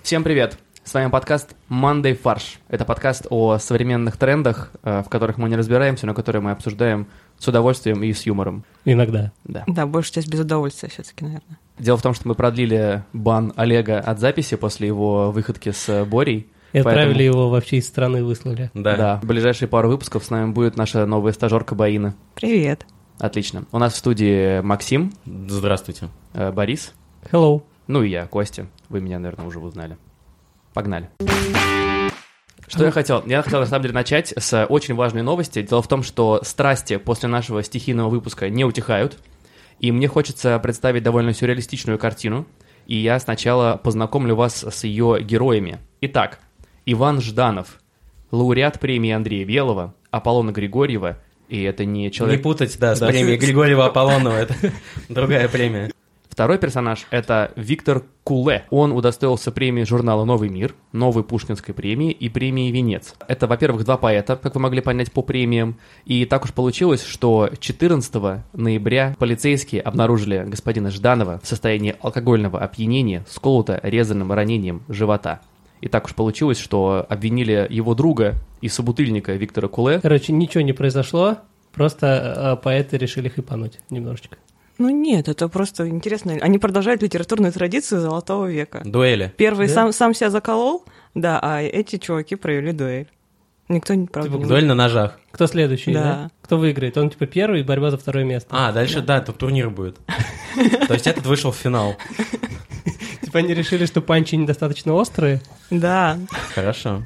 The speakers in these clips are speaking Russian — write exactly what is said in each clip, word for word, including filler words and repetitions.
Всем привет! С вами подкаст Monday Фарш. Это подкаст о современных трендах, в которых мы не разбираемся, но которые мы обсуждаем с удовольствием и с юмором. Иногда. Да, да, большая часть без удовольствия все-таки, наверное. Дело в том, что мы продлили бан Олега от записи после его выходки с Борей. И отправили поэтому... его вообще из страны, выслали. Да. да. В ближайшие пару выпусков с нами будет наша новая стажерка Баина. Привет. Отлично. У нас в студии Максим. Здравствуйте. Борис. Hello. Ну и я, Костя. Вы меня, наверное, уже узнали. Погнали. Что я хотел? Я хотел, на самом деле, начать с очень важной новости. Дело в том, что страсти после нашего стихийного выпуска не утихают, и мне хочется представить довольно сюрреалистичную картину, и я сначала познакомлю вас с ее героями. Итак, Иван Жданов, лауреат премии Андрея Белого, Аполлона Григорьева, и это не человек... Не путать, да, с да. премией Григорьева-Аполлонова, это другая премия. Второй персонаж – это Виктор Куле. Он удостоился премии журнала «Новый мир», новой Пушкинской премии и премии «Венец». Это, во-первых, два поэта, как вы могли понять по премиям. И так уж получилось, что четырнадцатого ноября полицейские обнаружили господина Жданова в состоянии алкогольного опьянения с колото-резанным ранением живота. И так уж получилось, что обвинили его друга и собутыльника Виктора Куле. Короче, ничего не произошло, просто поэты решили хайпануть немножечко. Ну нет, это просто интересно. Они продолжают литературную традицию Золотого века. Дуэли. Первый да? сам, сам себя заколол, да, а эти чуваки провели дуэль. Никто, правда, типа, не дуэль на ножах. Кто следующий, да. да? Кто выиграет? Он типа первый, борьба за второе место. А, дальше, да, тут турнир будет. То есть этот вышел в финал. Типа они решили, что панчи недостаточно острые? Да. Хорошо.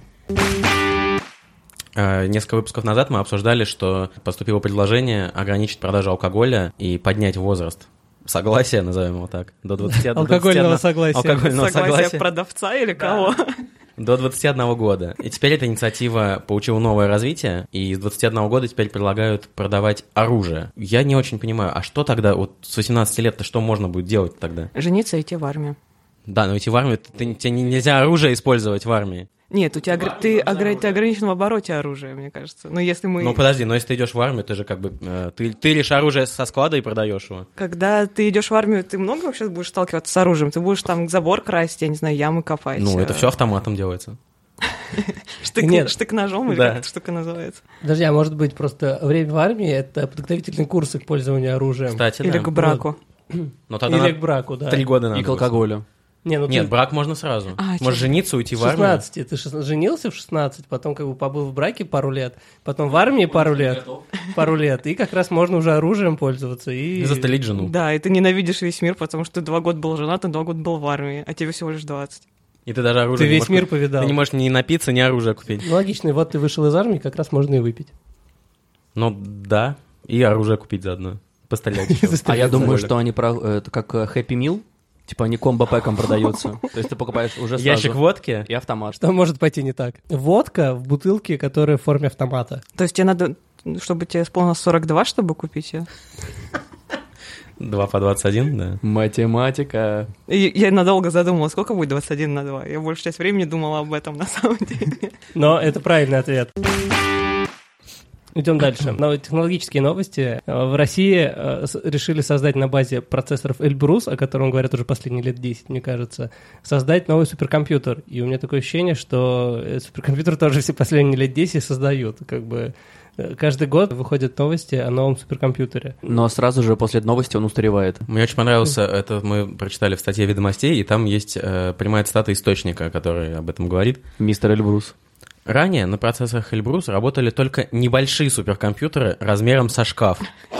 Несколько выпусков назад мы обсуждали, что поступило предложение ограничить продажу алкоголя и поднять возраст. Согласие, назовем его так, до двадцати одного. Алкогольного согласия. Алкогольного согласие согласия. Продавца или кого? До двадцати одного года. И теперь эта инициатива получила новое развитие, и с двадцати одного года теперь предлагают продавать оружие. Я не очень понимаю, а что тогда, вот с восемнадцати лет-то что можно будет делать тогда? Жениться и идти в армию. Да, но идти в армию, ты, тебе нельзя оружие использовать в армии. Нет, у тебя ты, огр... ты ограничен в обороте оружия, мне кажется. Но если мы... Ну подожди, но если ты идешь в армию, ты же как бы... Э, ты, ты лишь оружие со склада и продаешь его. Когда ты идешь в армию, ты много вообще будешь сталкиваться с оружием? Ты будешь там забор красить, я не знаю, ямы копать. Ну, это все автоматом делается. Штык-ножом или как эта штука называется? Подожди, а может быть просто время в армии — это подготовительные курсы к пользованию оружием? Кстати, или да. к браку. Или к браку, да. Три года надо. И к алкоголю. Не, ну Нет, ты... брак можно сразу. А, Можешь чё? жениться, уйти в армию. В шестнадцати. Ты шест... женился в шестнадцать, потом как бы побыл в браке пару лет, потом в армии пару лет, пару лет, и как раз можно уже оружием пользоваться. И, и застрелить жену. Да, и ты ненавидишь весь мир, потому что ты два года был женат, а два года был в армии, а тебе всего лишь двадцать. И ты даже оружие... Ты весь мир повидал. Ты не можешь ни напиться, ни оружие купить. Ну, логично, и вот ты вышел из армии, как раз можно и выпить. Ну, да, и оружие купить заодно. Пострелять еще. А я думаю, что они это как Happy Meal. Типа они комбо-пэком продаются. То есть ты покупаешь уже сразу. Ящик водки и автомат. Что может пойти не так? Водка в бутылке, которая в форме автомата. То есть тебе надо, чтобы тебе исполнилось сорок два, чтобы купить ее? два по двадцать один, да. Математика. И я надолго задумалась, сколько будет двадцать один на два. Я большую часть времени думала об этом на самом деле. Но это правильный ответ. Идем дальше. Новые технологические новости. В России решили создать на базе процессоров Эльбрус, о котором говорят уже последние лет десять, мне кажется, создать новый суперкомпьютер. И у меня такое ощущение, что суперкомпьютер тоже все последние лет десять создают. Как бы каждый год выходят новости о новом суперкомпьютере. Но сразу же после новости он устаревает. Мне очень понравился, это мы прочитали в статье «Ведомостей», и там есть э, прямая цитата источника, который об этом говорит. Мистер Эльбрус. Ранее на процессорах Эльбрус работали только небольшие суперкомпьютеры размером со шкаф.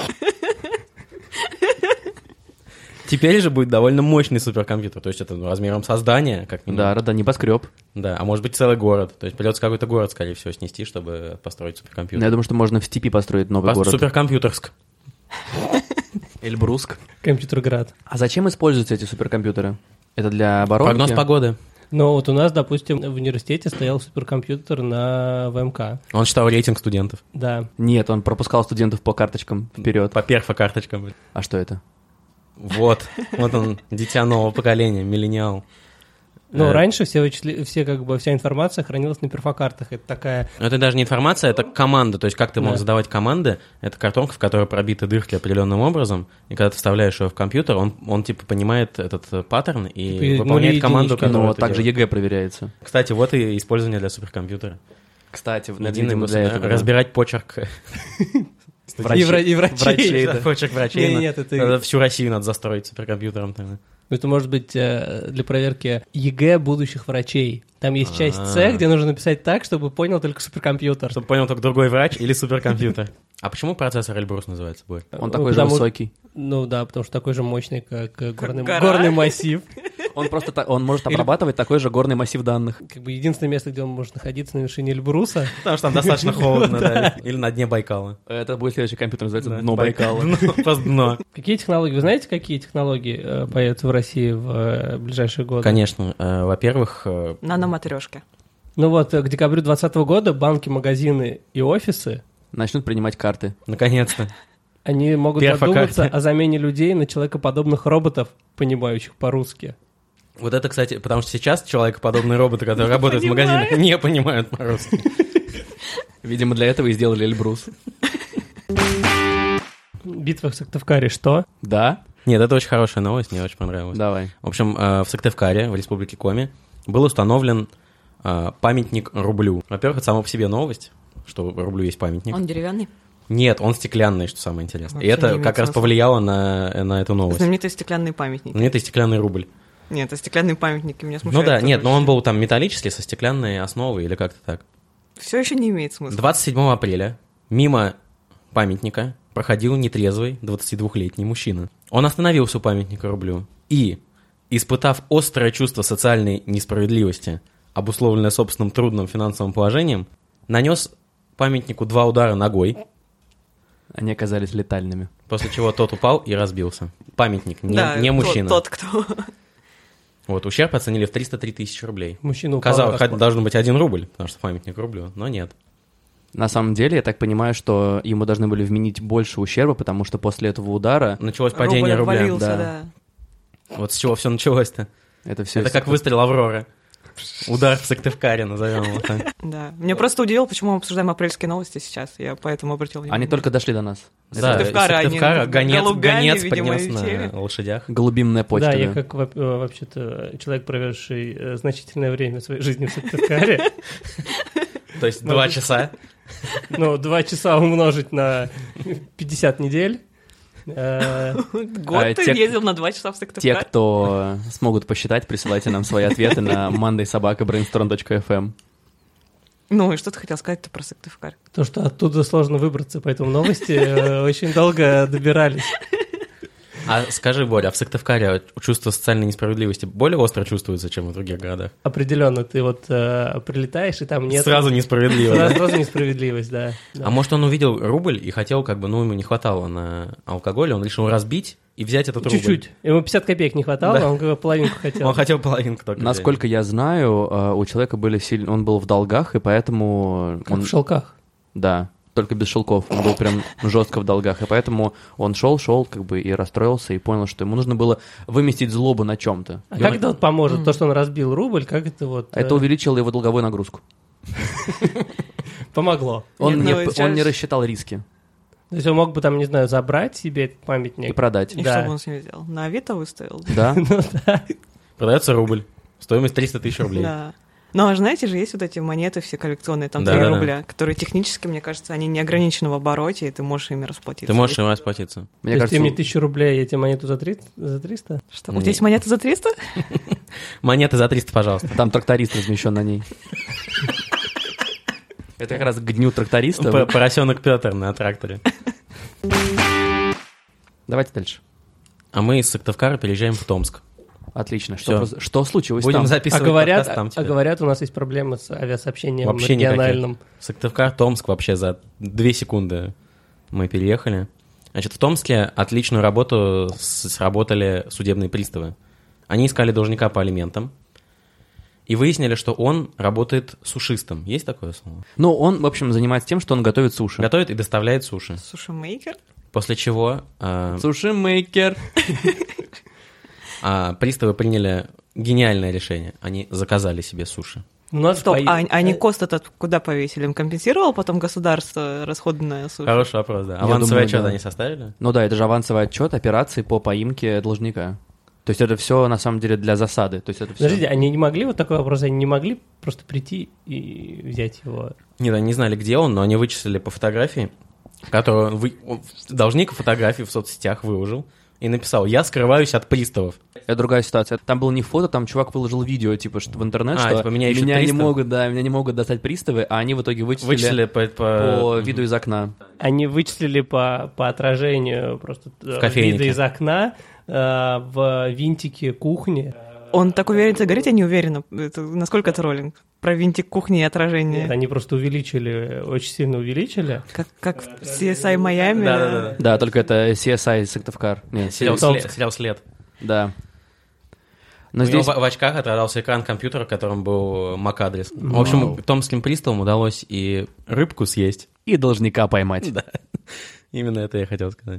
Теперь же будет довольно мощный суперкомпьютер, то есть это ну, размером со здания, как минимум. Да, да, небоскреб. Да, а может быть целый город. То есть придется какой-то город, скорее всего, снести, чтобы построить суперкомпьютер. Я думаю, что можно в степи построить новый Пост- город. Суперкомпьютерск. Эльбруск. Компьютерград. А зачем используются эти суперкомпьютеры? Это для оборонки? Прогноз погоды. Но вот у нас, допустим, в университете стоял суперкомпьютер на ВМК. Он считал рейтинг студентов. Да. Нет, он пропускал студентов по карточкам вперед. По перфокарточкам. А что это? Вот, вот он, дитя нового поколения, миллениал. Ну, Э, раньше все, вычисли- все, как бы, вся информация хранилась на перфокартах. Это такая... Но это даже не информация, это команда. То есть как ты мог Да. задавать команды, это картонка, в которой пробиты дырки определенным образом, и когда ты вставляешь ее в компьютер, он, он типа понимает этот э, паттерн и Типа нули, выполняет команду, единички. которую Но ты также делаешь. ЕГЭ проверяется. Кстати, вот и использование для суперкомпьютера. Кстати, в- Единый видимо, государ- для этого, да. разбирать почерк Врачей. И, вра- и врачей. Врачей, да. почерк врачей. Не, на- нет, это- надо всю Россию надо застроить суперкомпьютером тогда. Это может быть э, для проверки ЕГЭ будущих врачей. Там есть часть С, А. где нужно написать так, чтобы понял только суперкомпьютер. Чтобы понял только другой врач или суперкомпьютер. А почему процессор Эльбрус называется бой? Он Ну, такой же потому- высокий. Ну да, потому что такой же мощный, как э, горный, гора. горный массив. Он просто та- он может Или- обрабатывать такой же горный массив данных. Как бы единственное место, где он может находиться на вершине Эльбруса. Потому что там достаточно холодно, да. Или на дне Байкала. Это будет следующий компьютер, называется Да. «Дно Байкала». Дно, просто дно. Какие технологии? Вы знаете, какие технологии э, появятся в России в э, ближайшие годы? Конечно. э, Во-первых, э, Наноматрешки. Ну вот, э, к декабрю двадцатого года банки, магазины и офисы, Начнут принимать карты. наконец-то. они могут Перфокарты. задуматься о замене людей на человекоподобных роботов, понимающих по-русски. Вот это, кстати, потому что сейчас человекоподобные роботы, которые работают в магазинах, не понимают по-русски. Видимо, для этого и сделали Эльбрус. Битва в Сыктывкаре что? Да? Нет, это очень хорошая новость, мне очень понравилось. Давай. В общем, э, в Сыктывкаре, в Республике Коми, был установлен э, памятник рублю. Во-первых, это сама по себе новость, что рублю есть памятник. Он деревянный. Нет, он стеклянный, что самое интересное. И Вообще это не имеет как раз смысла. повлияло на, на эту новость. Знаменитые стеклянные памятники. Ну, это стеклянный рубль. Нет, это стеклянные памятники меня смущают. Ну да, нет, но он был там металлический, со стеклянной основой или как-то так. Все еще не имеет смысла. двадцать седьмого апреля мимо памятника проходил нетрезвый двадцатидвухлетний мужчина. Он остановился у памятника рублю и, испытав острое чувство социальной несправедливости, обусловленное собственным трудным финансовым положением, нанес памятнику два удара ногой, Они оказались летальными. после чего тот упал и разбился. Памятник, не, Да, не тот- мужчина. Тот, кто... Вот, ущерб оценили в триста три тысячи рублей. Мужчина упал. Казалось, на хотя расплав. должен быть один рубль, потому что памятник рублю, но нет. На самом деле, я так понимаю, что ему должны были вменить больше ущерба, потому что после этого удара Началось падение Рубль рубля. обвалился, да. да. Вот с чего все началось-то. это все... Это как выстрел Авроры. Удар в Сыктывкаре, назовем его так. Да. Меня просто удивило, почему мы обсуждаем апрельские новости сейчас. Я поэтому обратил внимание. Они только дошли до нас. Да, из Сыктывкара они Сыктывкара гонец, голубями, гонец видимо, поднес летели. на лошадях. Голубинная почта. Да, я да. как во- э, вообще-то человек, проведший э, значительное время своей жизни в Сыктывкаре, То есть два часа. ну, два часа умножить на пятьдесят недель. э, Год А, ты те- ездил на два часа в Те, Сыктывкар? кто смогут посчитать, присылайте нам свои ответы на monday собака brainstorm точка эф эм. Ну, и что ты хотел сказать-то про Сыктывкар? То, что оттуда сложно выбраться, поэтому новости э, очень долго добирались. А скажи, Боря, а в Сыктывкаре чувство социальной несправедливости более остро чувствуется, чем в других городах? Определенно, ты вот э, прилетаешь, и там нет... Сразу несправедливо, Сразу, да? сразу несправедливость, да. да. А может, он увидел рубль и хотел, как бы, ну, ему не хватало на алкоголь, он решил разбить и взять этот рубль. Чуть-чуть. Ему пятьдесят копеек не хватало, Да. он как бы половинку хотел. Он хотел половинку только взять. Насколько я знаю, э, у человека были сильно... Он был в долгах, и поэтому... Как он... в шелках. Да, только без шелков. Он был прям жестко в долгах, и поэтому он шел, шел, как бы и расстроился, и понял, что ему нужно было выместить злобу на чем-то. А как это вот поможет? То, что он разбил рубль, как это вот... э, Это увеличило его долговую нагрузку. помогло. Он, Нет, не, ну, он сейчас- не рассчитал риски То есть он мог бы там, не знаю, забрать себе этот и памятник. продать. И Да. что бы он с ним сделал? На Авито выставил? Да? Ну да. Продается рубль. Стоимость триста тысяч рублей. Да. Но, а знаете же, есть вот эти монеты все коллекционные, там Да, три да, да. рубля, которые технически, мне кажется, они не ограничены в обороте, и ты можешь ими расплатиться. Ты можешь им расплатиться. Мне То есть кажется, ты мне тысячу рублей, я тебе монету за триста? За триста? Что, у тебя есть монеты за триста? Монеты за триста, пожалуйста. там тракторист размещен на ней. Это как раз к дню тракториста. П- Поросенок Петр на тракторе. Давайте дальше. А мы из Сыктывкара переезжаем в Томск. Отлично. Всё. Что, проз- что случилось Будем там? А записывать говорят, подкаст там а теперь. говорят, у нас есть проблемы с авиасообщением Вообще никаких. региональным. Сыктывкар, Томск вообще за две секунды мы переехали. Значит, в Томске отличную работу с- сработали судебные приставы. Они искали должника по алиментам и выяснили, что он работает сушистом. Есть такое слово? Ну, он, в общем, занимается тем, что он готовит суши. Готовит и доставляет суши. Суши-мейкер? После чего э, Суши-мейкер. а, приставы приняли гениальное решение. Они заказали себе суши. У нас Стоп, по- а, а они э, кост этот куда повесили? Им компенсировало потом государство расходы на суши? Хороший вопрос, да. Я Авансовый думаю, отчет да. они составили? Ну да, это же авансовый отчет операции по поимке должника. То есть это все на самом деле для засады. То есть это все... Подождите, они не могли, вот такой вопрос, они не могли просто прийти и взять его? Нет, они не знали, где он, но они вычислили по фотографии, которую он вы... он- должник фотографии в соцсетях выложил и написал: «Я скрываюсь от приставов». Это другая ситуация. Там было не фото, там чувак выложил видео, типа, что в интернет, А, что типа, меня ищут не приставы? могут, да, меня не могут достать приставы, а они в итоге вычислили, Вычислили по... по по... виду из окна. Они вычислили по, по отражению просто э, кофейнике. вида из окна э, в винтике кухни. Он так уверен, говорить, я не уверена. Это, насколько это роллинг? Про винтик кухни и отражение. Нет, они просто увеличили, очень сильно увеличили. Как, как в си эс ай Майами. Да-да-да. Да, только это си эс ай Сыктывкар. Нет, Сериал Том- след. Сериал «След». да. Но У здесь... него в, в очках отражался экран компьютера, в котором был мак-адрес. В общем, томским приставам удалось и рыбку съесть. И должника поймать. Да, именно это я хотел сказать.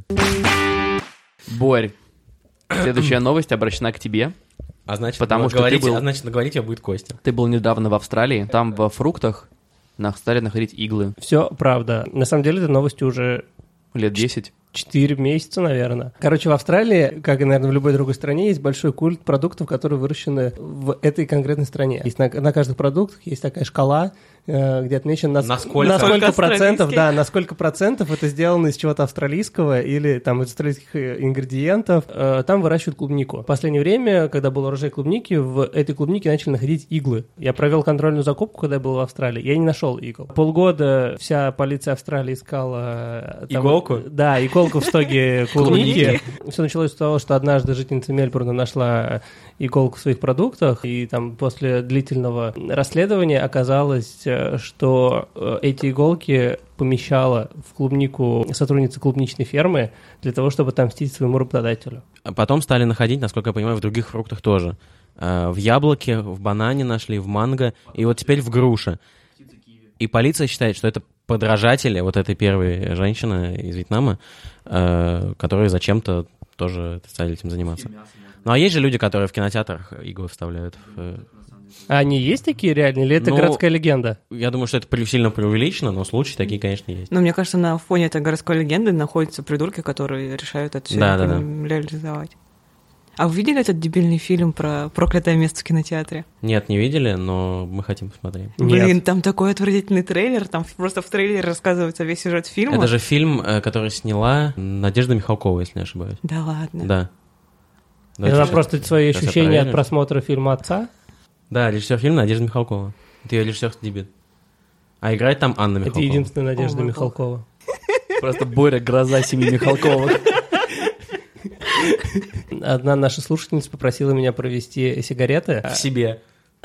Борь, следующая новость обращена к тебе. А значит, Потому что говорить, ты был- а значит, наговорить ее будет Костя. Ты был недавно в Австралии, там во фруктах на- стали находить иглы Все правда. На самом деле, этой новости уже лет десять. четыре месяца, наверное. Короче, в Австралии, как и, наверное, в любой другой стране, есть большой культ продуктов, которые выращены в этой конкретной стране. Есть на, на каждых продуктах есть такая шкала, э, где отмечено, на, На сколько? на сколько Сколько процентов, австралийских? да, на сколько процентов это сделано из чего-то австралийского или там из австралийских э, ингредиентов. Э, Там выращивают клубнику. В последнее время, когда был урожай клубники, в этой клубнике начали находить иглы. Я провел контрольную закупку, когда я был в Австралии. Я не нашел игл. Полгода вся полиция Австралии искала... э, там- Иголку? Да, иголку в стоге клубники. Все началось с того, что однажды жительница Мельбурна нашла иголку в своих продуктах, и там после длительного расследования оказалось, э, что э, эти иголки помещала в клубнику сотрудница клубничной фермы для того, чтобы отомстить своему работодателю. А потом стали находить, насколько я понимаю, в других фруктах тоже. Э, В яблоке, в банане нашли, в манго, и вот теперь в груше. И полиция считает, что это подражатели вот этой первой женщины из Вьетнама, э, которые зачем-то тоже стали этим заниматься. Ну а есть же люди, которые в кинотеатрах иглы вставляют. в, э, А они есть такие реально, или это Ну, городская легенда? Я думаю, что это pre- сильно преувеличено, но случаи такие, конечно, есть. Но мне кажется, на фоне этой городской легенды находятся придурки, которые решают это все Да, да, да. реализовать. А вы видели этот дебильный фильм про проклятое место в кинотеатре? Нет, не видели, но мы хотим посмотреть. Нет. Блин, там такой отвратительный трейлер, там просто в трейлере рассказывается весь сюжет фильма. Это же фильм, э, который сняла Надежда Михалкова, если не ошибаюсь. Да ладно. Да. И Давайте она щас- просто свои щас я ощущения от проверю. просмотра фильма «Отца». Да, режиссер фильма Надежда Михалкова. Это ее режиссерский дебют. А играет там Анна Это Михалкова. единственная Надежда О, мой Михалкова. Просто Боря, гроза семьи Михалковых. Одна наша слушательница попросила меня провести сигареты. В себе.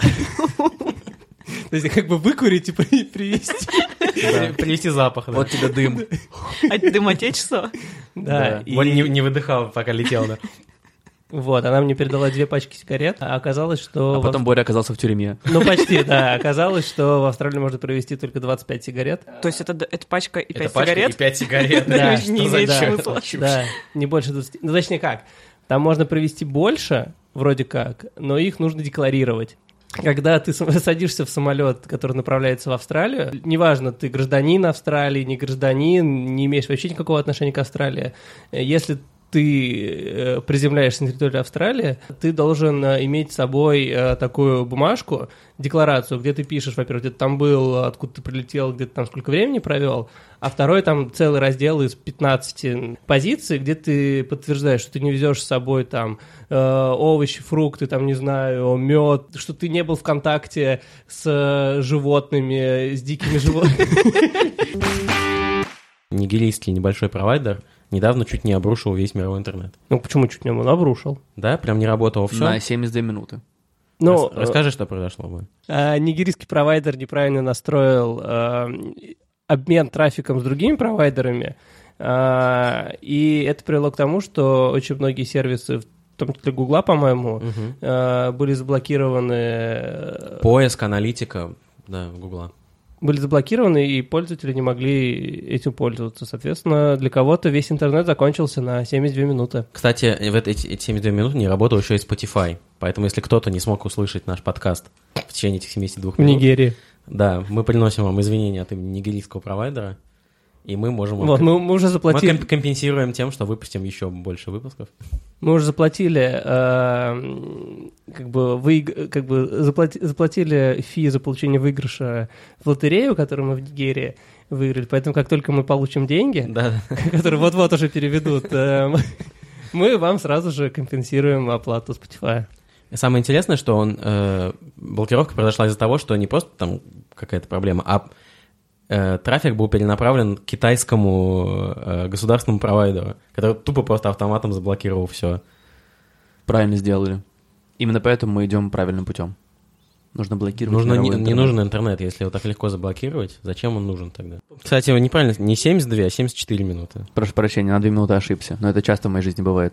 То есть как бы выкурить и при- привезти. Привести запах, да. Вот тебе дым. А дым отечества? Да. и- Вот не, не выдыхал, пока летел, да. Вот, она мне передала две пачки сигарет, а оказалось, что... А в потом Боря оказался в тюрьме. Ну, почти, да. Оказалось, что в Австралии можно провести только двадцать пять сигарет. То есть это, это пачка и Это пять пачка сигарет? и пять сигарет. Да, Что не что за имеет чушь? смысла. Да, не больше двадцати. Ну, точнее как, там можно провести больше, вроде как, но их нужно декларировать. Когда ты сам- садишься в самолет, который направляется в Австралию, неважно, ты гражданин Австралии, не гражданин, не имеешь вообще никакого отношения к Австралии, э, если ты э, приземляешься на территорию Австралии, ты должен э, иметь с собой э, такую бумажку, декларацию, где ты пишешь, во-первых, где ты там был, откуда ты прилетел, где ты там сколько времени провел, а второй там целый раздел из пятнадцати позиций, где ты подтверждаешь, что ты не везешь с собой там э, овощи, фрукты, там, не знаю, мед, что ты не был в контакте с э, животными, с дикими животными. Нигерийский небольшой провайдер недавно чуть не обрушил весь мировой интернет. Ну, почему чуть не он обрушил? Да, прям не работало все. На семьдесят две минуты. Ну, Расскажи, что произошло бы. э, нигерийский провайдер неправильно настроил э, обмен трафиком с другими провайдерами, э, и это привело к тому, что очень многие сервисы, в том числе Гугла, по-моему, Мгм. э, были заблокированы. э, Поиск, аналитика, да, Гугла. были заблокированы, и пользователи не могли этим пользоваться. Соответственно, для кого-то весь интернет закончился на семьдесят две минуты. Кстати, в эти, эти семьдесят две минуты не работал еще и Spotify. Поэтому, если кто-то не смог услышать наш подкаст в течение этих семидесяти двух В минут... Нигерии. Да, мы приносим вам извинения от имени нигерийского провайдера, и мы можем... вам Вот, комп- мы, мы уже заплатили... Мы комп- компенсируем тем, что выпустим еще больше выпусков. Мы уже заплатили, э, как бы, вы, как бы заплати, заплатили фи за получение выигрыша в лотерею, которую мы в Нигерии выиграли. Поэтому, как только мы получим деньги, Да. которые вот-вот уже переведут, э, мы вам сразу же компенсируем оплату Spotify. Самое интересное, что он, э, блокировка произошла из-за того, что не просто там какая-то проблема, а э, трафик был перенаправлен к китайскому э, государственному провайдеру, который тупо просто автоматом заблокировал все. Правильно сделали. Именно поэтому мы идем правильным путем. Нужно блокировать. Нужно, не, мировой не интернет. нужен интернет, если его так легко заблокировать, зачем он нужен тогда? Кстати, неправильно, не семьдесят две, а семьдесят четыре минуты. Прошу прощения, на две минуты ошибся. Но это часто в моей жизни бывает.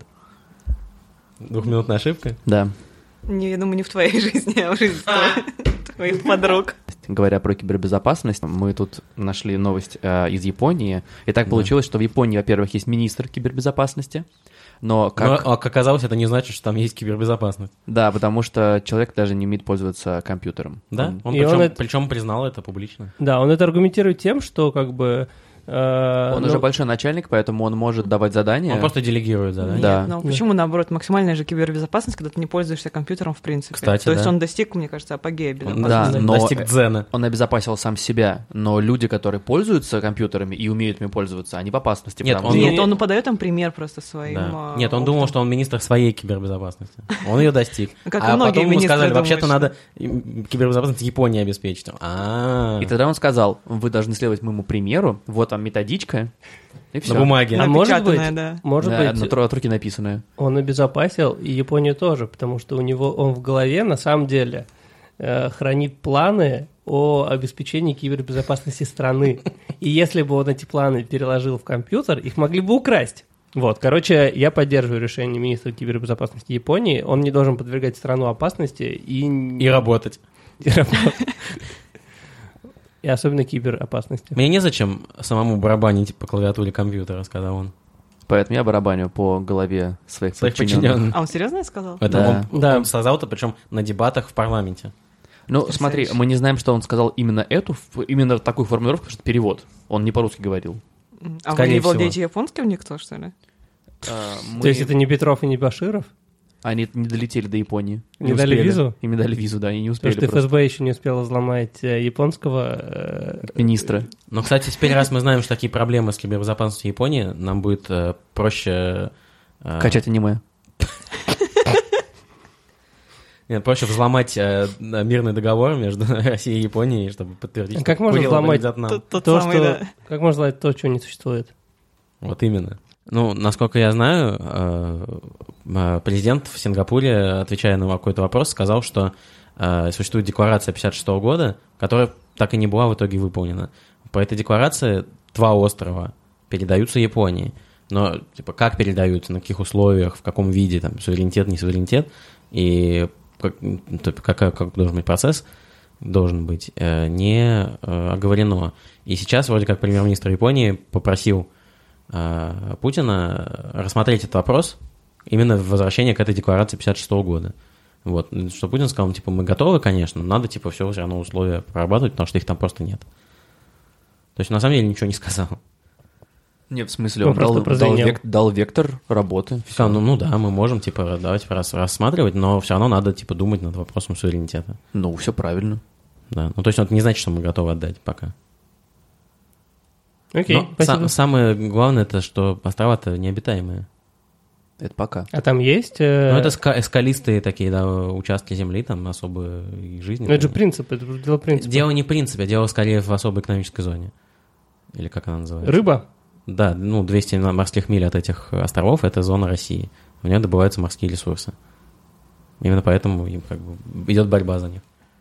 Двухминутная ошибка? Да. Не, я думаю, не в твоей жизни, а в жизни твоих подруг. Говоря про кибербезопасность, мы тут нашли новость э, из Японии. И так Да. получилось, что в Японии, во-первых, есть министр кибербезопасности, но как... Но, а, как оказалось, это не значит, что там есть кибербезопасность. Да, потому что человек даже не умеет пользоваться компьютером. Да? Он- Он, И причем, он это- причем признал это публично. Да, он это аргументирует тем, что как бы... э, Он ну, уже большой начальник, поэтому он может давать задания. Он просто делегирует задание. Да. Нет, ну почему наоборот? Максимальная же кибербезопасность, когда ты не пользуешься компьютером в принципе. Кстати, То есть да. он достиг, мне кажется, апогея Он безопасности. Да, до- но- достиг дзена. Он обезопасил сам себя, но люди, которые пользуются компьютерами и умеют ими пользоваться, они в опасности. Нет, потому он- что- Нет, он подает там пример просто своим. Да. а, Нет, он опытом. думал, что он министр своей кибербезопасности. Он ее достиг. Как и а многие потом ему министры сказали, думают, вообще-то что- надо м, кибербезопасность Японии обеспечить. А, И тогда он сказал, вы должны следовать моему примеру, вот вам методичка, и все. на бумаге. А может Напечатанное, быть, да. может Да, быть, на тро- от руки написанное. он обезопасил и Японию тоже, потому что у него он в голове на самом деле э, хранит планы о обеспечении кибербезопасности страны. И если бы он эти планы переложил в компьютер, их могли бы украсть. Вот, короче, я поддерживаю решение министра кибербезопасности Японии. Он не должен подвергать страну опасности и... И работать. и работать. И особенно киберопасности. Мне незачем самому барабанить по клавиатуре компьютера, сказал он. Поэтому я барабаню по голове своих, Своих подчиненных. подчиненных. А он серьезно сказал? Это Да. он, Да. он сказал это, причем на дебатах в парламенте. Ну, Потрясающе. смотри, мы не знаем, что он сказал именно эту, ф- именно такую формулировку, потому что это перевод. Он не по-русски говорил. М, А вы Скорее не всего. владеете японским никто, что ли? А, мы- То есть это не Петров и не Баширов? Они не долетели до Японии. Не дали успели. визу? Им не дали визу, да, и не успели Потому что просто. эф эс бэ еще не успела взломать э, японского... э, Министра. Но, кстати, теперь, раз мы знаем, что такие проблемы с кибербезопасностью Японии, нам будет э, проще... э, Качать аниме. Нет, проще взломать э, мирный договор между Россией и Японией, чтобы подтвердить, А как что можно Курил взломать принадлежат нам. Тот, тот То, самый, что... да. Как можно знать то, чего не существует? Вот именно. Ну, насколько я знаю, э, э, президент в Сингапуре, отвечая на какой-то вопрос, сказал, что э, существует декларация пятьдесят шестого года, которая так и не была в итоге выполнена. По этой декларации два острова передаются Японии. Но, типа, как передаются, на каких условиях, в каком виде, там, суверенитет, не суверенитет, и как, как, как должен быть процесс, должен быть, э, не э, оговорено. И сейчас вроде как премьер-министр Японии попросил э, Путина рассмотреть этот вопрос именно в возвращение к этой декларации пятьдесят шестого года. Вот. Что Путин сказал, типа, мы готовы, конечно, но надо, типа, все все равно условия прорабатывать, потому что их там просто нет. То есть, на самом деле, ничего не сказал. Не, в смысле, Он он дал, просто дал, прозвенел. век- дал вектор работы. Сказал, ну, ну да, мы можем, типа, давайте рас, рассматривать, но все равно надо, типа, думать над вопросом суверенитета. Ну, все правильно. Да. Ну, то есть, это не значит, что мы готовы отдать пока. Окей, Но спасибо. са- самое главное, это что острова-то необитаемые. Это пока. А там есть... э, Ну, это ска- скалистые такие, да, участки земли, там особо и жизни. ну, это же там. принцип, это же дело принципа. Дело не в принципе, а дело скорее в особой экономической зоне. Или как она называется? Рыба? Да, ну, двести морских миль от этих островов – это зона России. У нее добываются морские ресурсы. Именно поэтому им как бы идет борьба за них.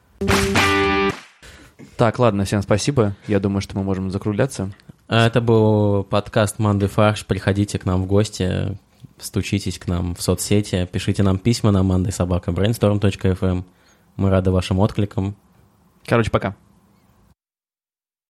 Так, ладно, всем спасибо. Я думаю, что мы можем закругляться. А Это был подкаст «Манды Фарш». Приходите к нам в гости, стучитесь к нам в соцсети, пишите нам письма на манды собака брейнсторм точка эф эм. Мы рады вашим откликам. Короче, пока.